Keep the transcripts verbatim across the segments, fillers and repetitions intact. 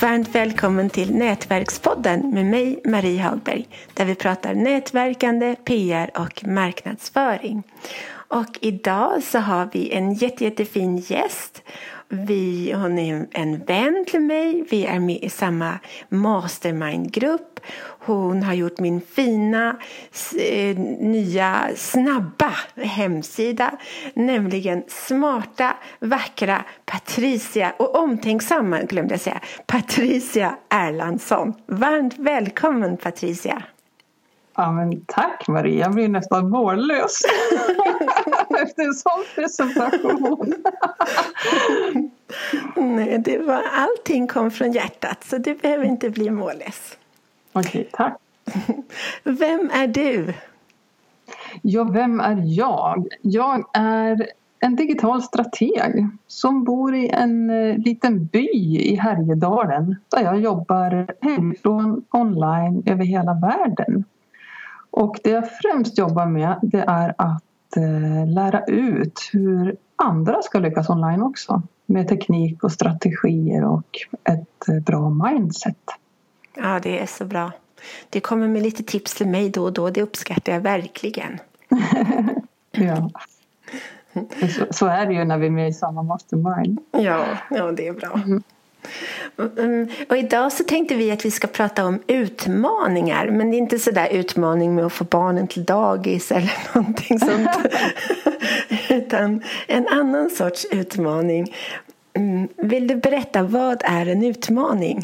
Varmt välkommen till Nätverkspodden med mig, Marie Hagberg, där vi pratar nätverkande, P R och marknadsföring. Och idag så har vi en jätte, jättefin gäst. Vi, hon är en vän till mig, vi är med i samma mastermind-grupp. Hon har gjort min fina, eh, nya, snabba hemsida, nämligen smarta, vackra Patricia och omtänksamma, glömde jag säga, Patricia Erlandsson. Varmt välkommen, Patricia. Ja, men tack Maria, jag blir nästan mållös efter en sån presentation. Nej, det var, allting kom från hjärtat, så du behöver inte bli mållös. Okej, tack. Vem är du? Ja, vem är jag? Jag är en digital strateg som bor i en liten by i Härjedalen där jag jobbar hemifrån online över hela världen. Och det jag främst jobbar med, det är att eh, lära ut hur andra ska lyckas online också. Med teknik och strategier och ett eh, bra mindset. Ja, det är så bra. Du kommer med lite tips till mig då och då, det uppskattar jag verkligen. Ja, så, så är det ju när vi är med i samma mastermind. Ja, ja det är bra. Mm. Och idag så tänkte vi att vi ska prata om utmaningar, men det är inte så där utmaning med att få barnen till dagis eller någonting sånt utan en annan sorts utmaning. Vill du berätta, vad är en utmaning?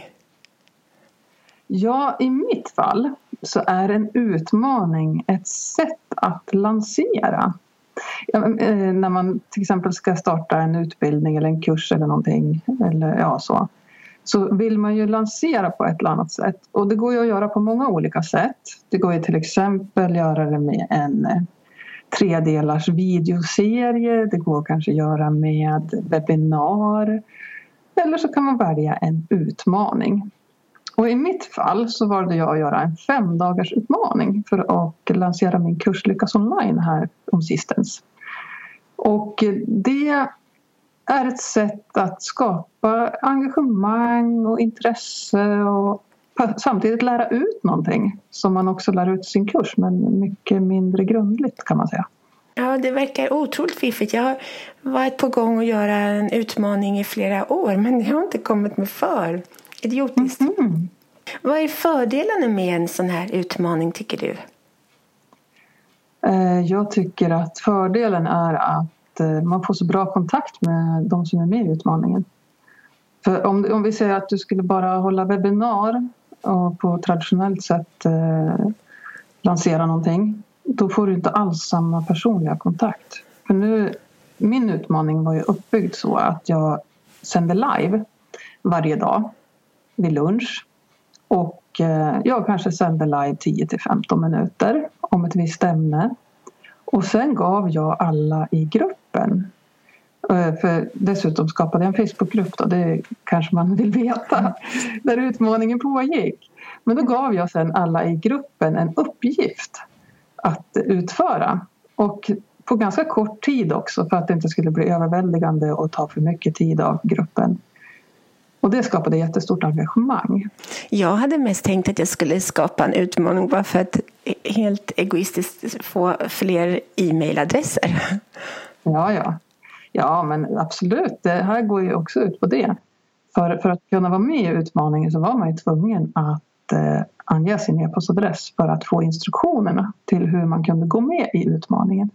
Ja, i mitt fall så är en utmaning ett sätt att lansera. Ja, när man till exempel ska starta en utbildning eller en kurs eller någonting eller ja, så, så vill man ju lansera på ett eller annat sätt. Och det går ju att göra på många olika sätt. Det går ju till exempel göra det med en tredelars videoserie. Det går kanske göra med webbinar. Eller så kan man välja en utmaning. Och i mitt fall så valde jag att göra en fem dagars utmaning för att lansera min kurs Lyckas online här om sistens. Och det är ett sätt att skapa engagemang och intresse och samtidigt lära ut någonting som man också lär ut sin kurs, men mycket mindre grundligt kan man säga. Ja, det verkar otroligt fiffigt. Jag har varit på gång att göra en utmaning i flera år, men jag har inte kommit med för. Idiotiskt. Mm-hmm. Vad är fördelarna med en sån här utmaning, tycker du? Jag tycker att fördelen är att man får så bra kontakt med de som är med i utmaningen. För om, om vi säger att du skulle bara hålla webbinar och på traditionellt sätt eh, lansera någonting, då får du inte alls samma personliga kontakt. För nu, min utmaning var ju uppbyggd så att jag sände live varje dag vid lunch. Och jag kanske sände live tio till femton minuter om ett visst ämne. Och sen gav jag alla i gruppen. För dessutom skapade jag en Facebookgrupp då, det kanske man vill veta. Där utmaningen pågick. Men då gav jag sen alla i gruppen en uppgift att utföra. Och på ganska kort tid också, för att det inte skulle bli överväldigande och ta för mycket tid av gruppen. Och det skapade jättestort engagemang. Jag hade mest tänkt att jag skulle skapa en utmaning bara för att helt egoistiskt få fler e-mailadresser. Ja, ja. Ja, men absolut. Det här går ju också ut på det. För, för att kunna vara med i utmaningen så var man ju tvungen att eh, ange sin e-postadress för att få instruktionerna till hur man kunde gå med i utmaningen.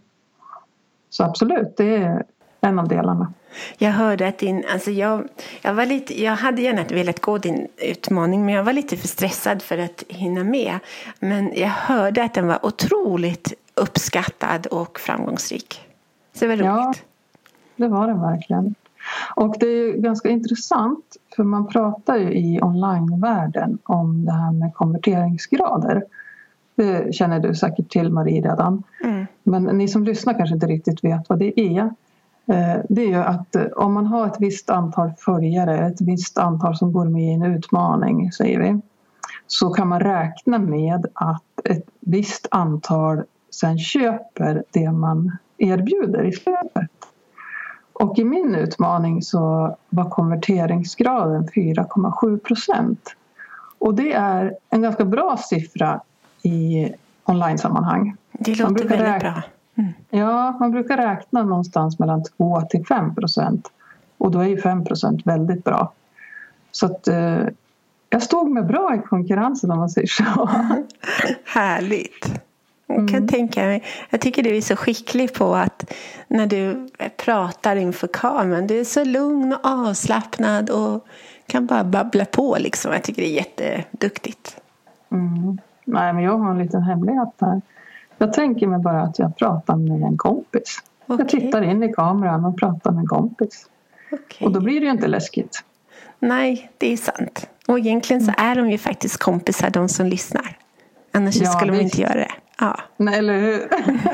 Så absolut, det är en av delarna. Jag hörde att din, alltså jag, jag var lite, jag hade gärna velat gå din utmaning, men jag var lite för stressad för att hinna med. Men jag hörde att den var otroligt uppskattad och framgångsrik. Så det var roligt. Ja, det var det verkligen. Och det är ganska intressant, för man pratar ju i onlinevärlden om det här med konverteringsgrader. Det känner du säkert till, Marie, redan. Mm. Men ni som lyssnar kanske inte riktigt vet vad det är. Det är ju att om man har ett visst antal följare, ett visst antal som går med i en utmaning, säger vi, så kan man räkna med att ett visst antal sen köper det man erbjuder i slutet. Och i min utmaning så var konverteringsgraden fyra komma sju procent. Och det är en ganska bra siffra i online-sammanhang. Det låter väldigt räkna, bra. Mm. Ja, man brukar räkna någonstans mellan två till fem procent. Och då är ju fem procent väldigt bra. Så att eh, jag stod med bra i konkurrensen om man säger så. Härligt. Jag kan mm. tänka mig, jag tycker du är så skicklig på att när du pratar inför kameran, du är så lugn och avslappnad och kan bara babbla på liksom. Jag tycker det är jätteduktigt. Mm. Nej, men jag har en liten hemlighet här. Jag tänker mig bara att jag pratar med en kompis. Okay. Jag tittar in i kameran och pratar med en kompis. Okay. Och då blir det ju inte läskigt. Nej, det är sant. Och egentligen så är de ju faktiskt kompisar, de som lyssnar. Annars ja, skulle de inte göra det. Ja. Nej, eller hur?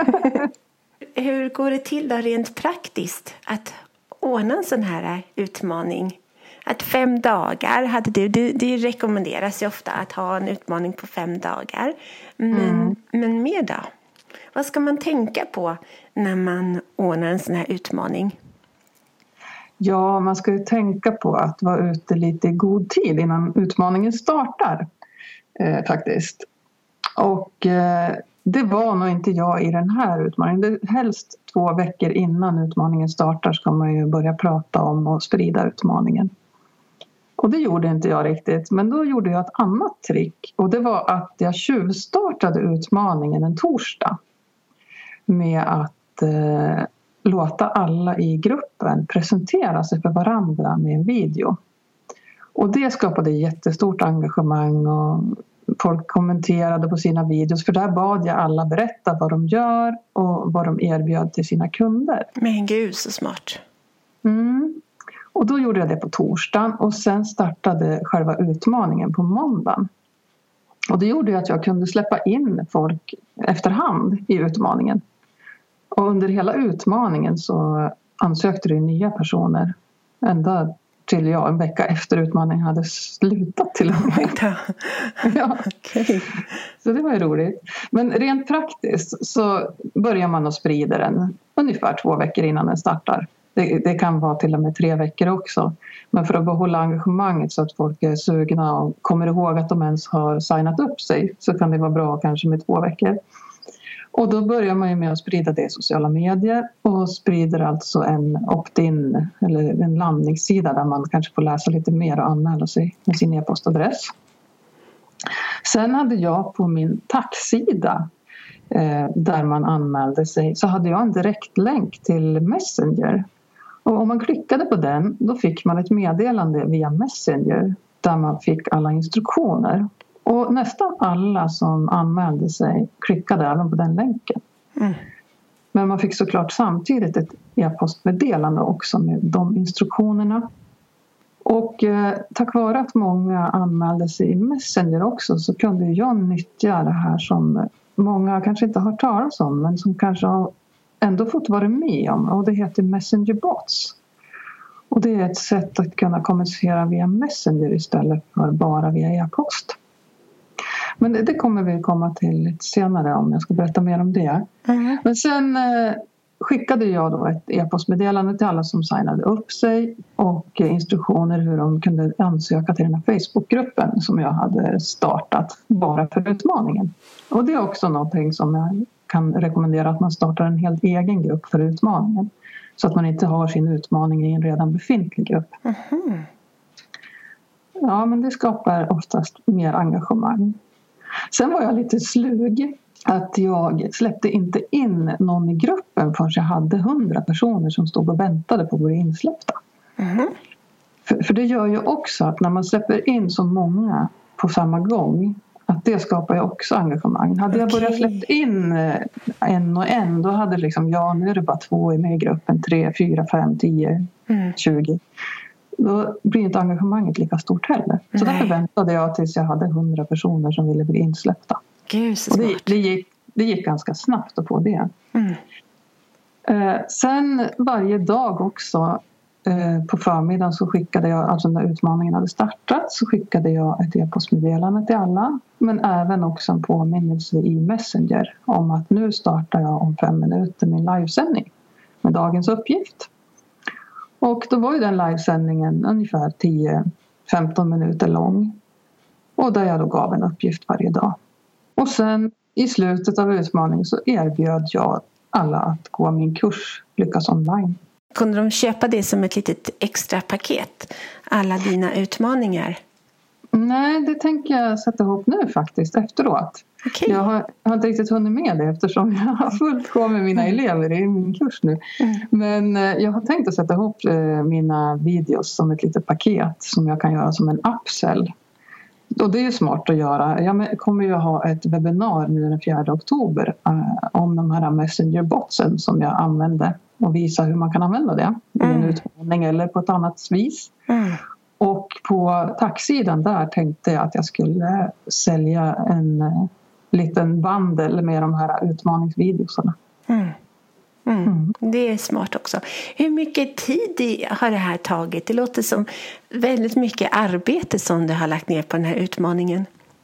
Hur går det till då rent praktiskt att ordna en sån här utmaning? Att fem dagar hade du, det, det rekommenderas ju ofta att ha en utmaning på fem dagar. Men, mm. men mer då? Vad ska man tänka på när man ordnar en sån här utmaning? Ja, man ska ju tänka på att vara ute lite i god tid innan utmaningen startar. Eh, faktiskt. Och eh, det var nog inte jag i den här utmaningen. Det, helst två veckor innan utmaningen startar ska man ju börja prata om och sprida utmaningen. Och det gjorde inte jag riktigt. Men då gjorde jag ett annat trick. Och det var att jag tjuvstartade utmaningen en torsdag. Med att eh, låta alla i gruppen presentera sig för varandra med en video. Och det skapade jättestort engagemang och folk kommenterade på sina videos. För där bad jag alla berätta vad de gör och vad de erbjöd till sina kunder. Men gud, så smart. Mm. Och då gjorde jag det på torsdagen och sen startade själva utmaningen på måndagen. Och det gjorde ju att jag kunde släppa in folk efterhand i utmaningen. Och under hela utmaningen så ansökte det nya personer. Ända till jag en vecka efter utmaningen hade slutat till och med. Ja. Okay. Så det var ju roligt. Men rent praktiskt så börjar man att sprida den ungefär två veckor innan den startar. Det, det kan vara till och med tre veckor också. Men för att behålla engagemanget så att folk är sugna och kommer ihåg att de ens har signat upp sig så kan det vara bra kanske med två veckor. Och då börjar man ju med att sprida det i sociala medier och sprider alltså en opt-in eller en landningssida där man kanske får läsa lite mer och anmäla sig med sin e-postadress. Sen hade jag på min tacksida eh, där man anmälde sig så hade jag en direktlänk till Messenger. Och om man klickade på den då fick man ett meddelande via Messenger där man fick alla instruktioner. Och nästan alla som anmälde sig klickade även på den länken. Mm. Men man fick såklart samtidigt ett e-postmeddelande också med de instruktionerna. Och eh, tack vare att många anmälde sig i Messenger också så kunde jag nyttja det här som många kanske inte har hört talas om men som kanske har ändå fått vara med om. Och det heter Messenger Bots. Och det är ett sätt att kunna kommunicera via Messenger istället för bara via e-post. Men det, det kommer vi komma till lite senare om jag ska berätta mer om det. Mm. Men sen eh, skickade jag då ett e-postmeddelande till alla som signade upp sig och eh, instruktioner hur de kunde ansöka till den här Facebookgruppen som jag hade startat bara för utmaningen. Och det är också någonting som jag kan rekommendera att man startar en helt egen grupp för utmaningen. Så att man inte har sin utmaning i en redan befintlig grupp. Mm. Ja, men det skapar oftast mer engagemang. Sen var jag lite slug att jag släppte inte in någon i gruppen förrän jag hade hundra personer som stod och väntade på att bli insläppta. Mm. För, för det gör ju också att när man släpper in så många på samma gång att det skapar ju också engagemang. Hade jag börjat släppt in en och en då hade liksom, ja nu är det bara två med i gruppen, tre, fyra, fem, tio, mm. tjugo. Då blir inte engagemanget lika stort heller. Så därför väntade jag tills jag hade hundra personer som ville bli insläppta. Gud, så och det, det, gick, det gick ganska snabbt att få det. Mm. Eh, sen varje dag också eh, på förmiddagen så skickade jag, alltså när utmaningen hade startat så skickade jag ett e-postmeddelande till alla. Men även också en påminnelse i Messenger om att nu startar jag om fem minuter min livesändning med dagens uppgift. Och då var ju den livesändningen ungefär tio till femton minuter lång. Och där jag då gav en uppgift varje dag. Och sen i slutet av utmaningen så erbjöd jag alla att gå min kurs Lyckas online. Kunde de köpa det som ett litet extra paket? Alla dina utmaningar? Nej, det tänker jag sätta ihop nu faktiskt efteråt. Okay. Jag, har, jag har inte riktigt hunnit med det eftersom jag har fullt gå med mina mm. elever i min kurs nu. Mm. Men eh, jag har tänkt att sätta ihop eh, mina videos som ett litet paket som jag kan göra som en upsell. Och det är ju smart att göra. Jag kommer ju ha ett webbinar nu den fjärde oktober eh, om de här messengerbotsen som jag använde och visa hur man kan använda det i en mm. utmaning eller på ett annat vis. Mm. Och på taxidan där tänkte jag att jag skulle sälja en eh, liten bandel med de här utmaningsvideosarna. Mm. Mm. Mm. Det är smart också. Hur mycket tid har det här tagit? Det låter som väldigt mycket arbete som du har lagt ner på den här utmaningen.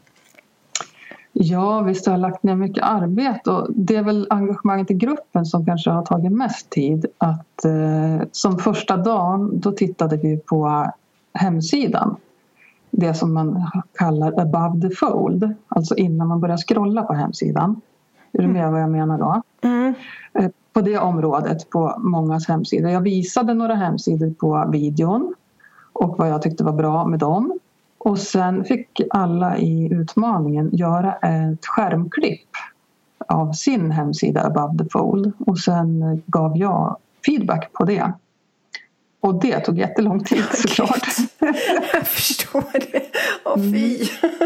Ja, visst har jag lagt ner mycket arbete. Och det är väl engagemanget i gruppen som kanske har tagit mest tid. Att, eh, som första dagen, då tittade vi på hemsidan. Det som man kallar above the fold. Alltså innan man börjar scrolla på hemsidan. Är du med vad jag menar då? Mm. På det området på mångas hemsidor. Jag visade några hemsidor på videon. Och vad jag tyckte var bra med dem. Och sen fick alla i utmaningen göra ett skärmklipp av sin hemsida above the fold. Och sen gav jag feedback på det. Och det tog jättelång tid såklart. Jag förstår det. Åh fy.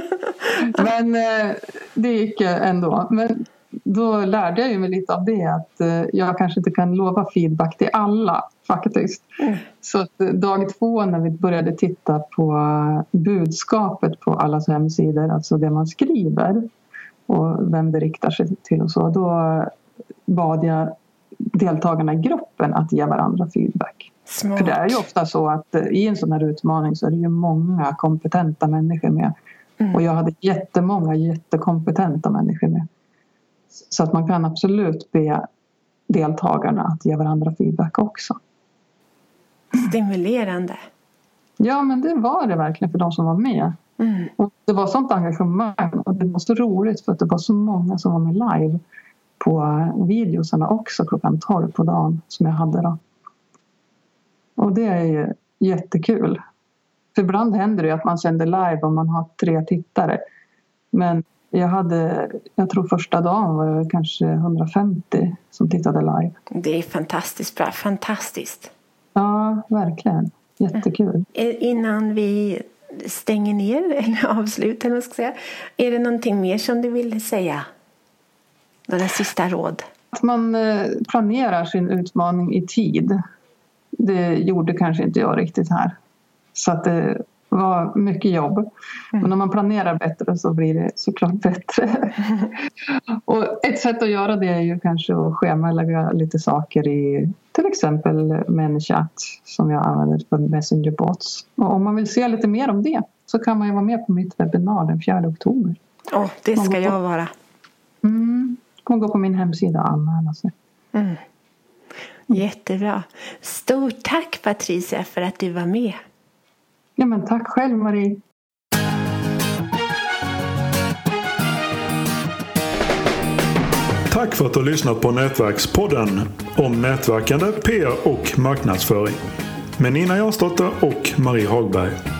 Men eh, det gick ändå. Men då lärde jag ju mig lite av det. Att eh, jag kanske inte kan lova feedback till alla faktiskt. Mm. Så att, eh, dag två när vi började titta på budskapet på allas hemsidor. Alltså det man skriver. Och vem det riktar sig till och så. Då bad jag deltagarna i gruppen att ge varandra feedback. Smart. För det är ju ofta så att i en sån här utmaning så är det ju många kompetenta människor med. Mm. Och jag hade jättemånga jättekompetenta människor med. Så att man kan absolut be deltagarna att ge varandra feedback också. Stimulerande. Ja, men det var det verkligen för de som var med. Mm. Och det var sånt engagemang och det var så roligt för att det var så många som var med live på videosarna också klockan tolv på dagen som jag hade då. Och det är ju jättekul. För ibland händer det att man sänder live om man har tre tittare. Men jag hade, jag tror första dagen var det kanske hundrafemtio som tittade live. Det är fantastiskt bra, fantastiskt. Ja, verkligen. Jättekul. Innan vi stänger ner eller avslutar, vad ska jag säga, är det någonting mer som du vill säga? Några sista råd? Att man planerar sin utmaning i tid. Det gjorde kanske inte jag riktigt här. Så att det var mycket jobb. Mm. Men om man planerar bättre så blir det såklart bättre. Mm. Och ett sätt att göra det är ju kanske att schemalägga lite saker i till exempel ManyChat som jag använder för messengerbots. Och om man vill se lite mer om det så kan man ju vara med på mitt webbinar den fjärde oktober. Åh, oh, det ska jag vara. Mm. Man går på min hemsida och anmäla sig. Mm. Jättebra. Stort tack Patricia för att du var med. Ja, men tack själv Marie. Tack för att du har lyssnat på Nätverkspodden om nätverkande, P R och marknadsföring med Nina Jansdotter och Marie Hagberg.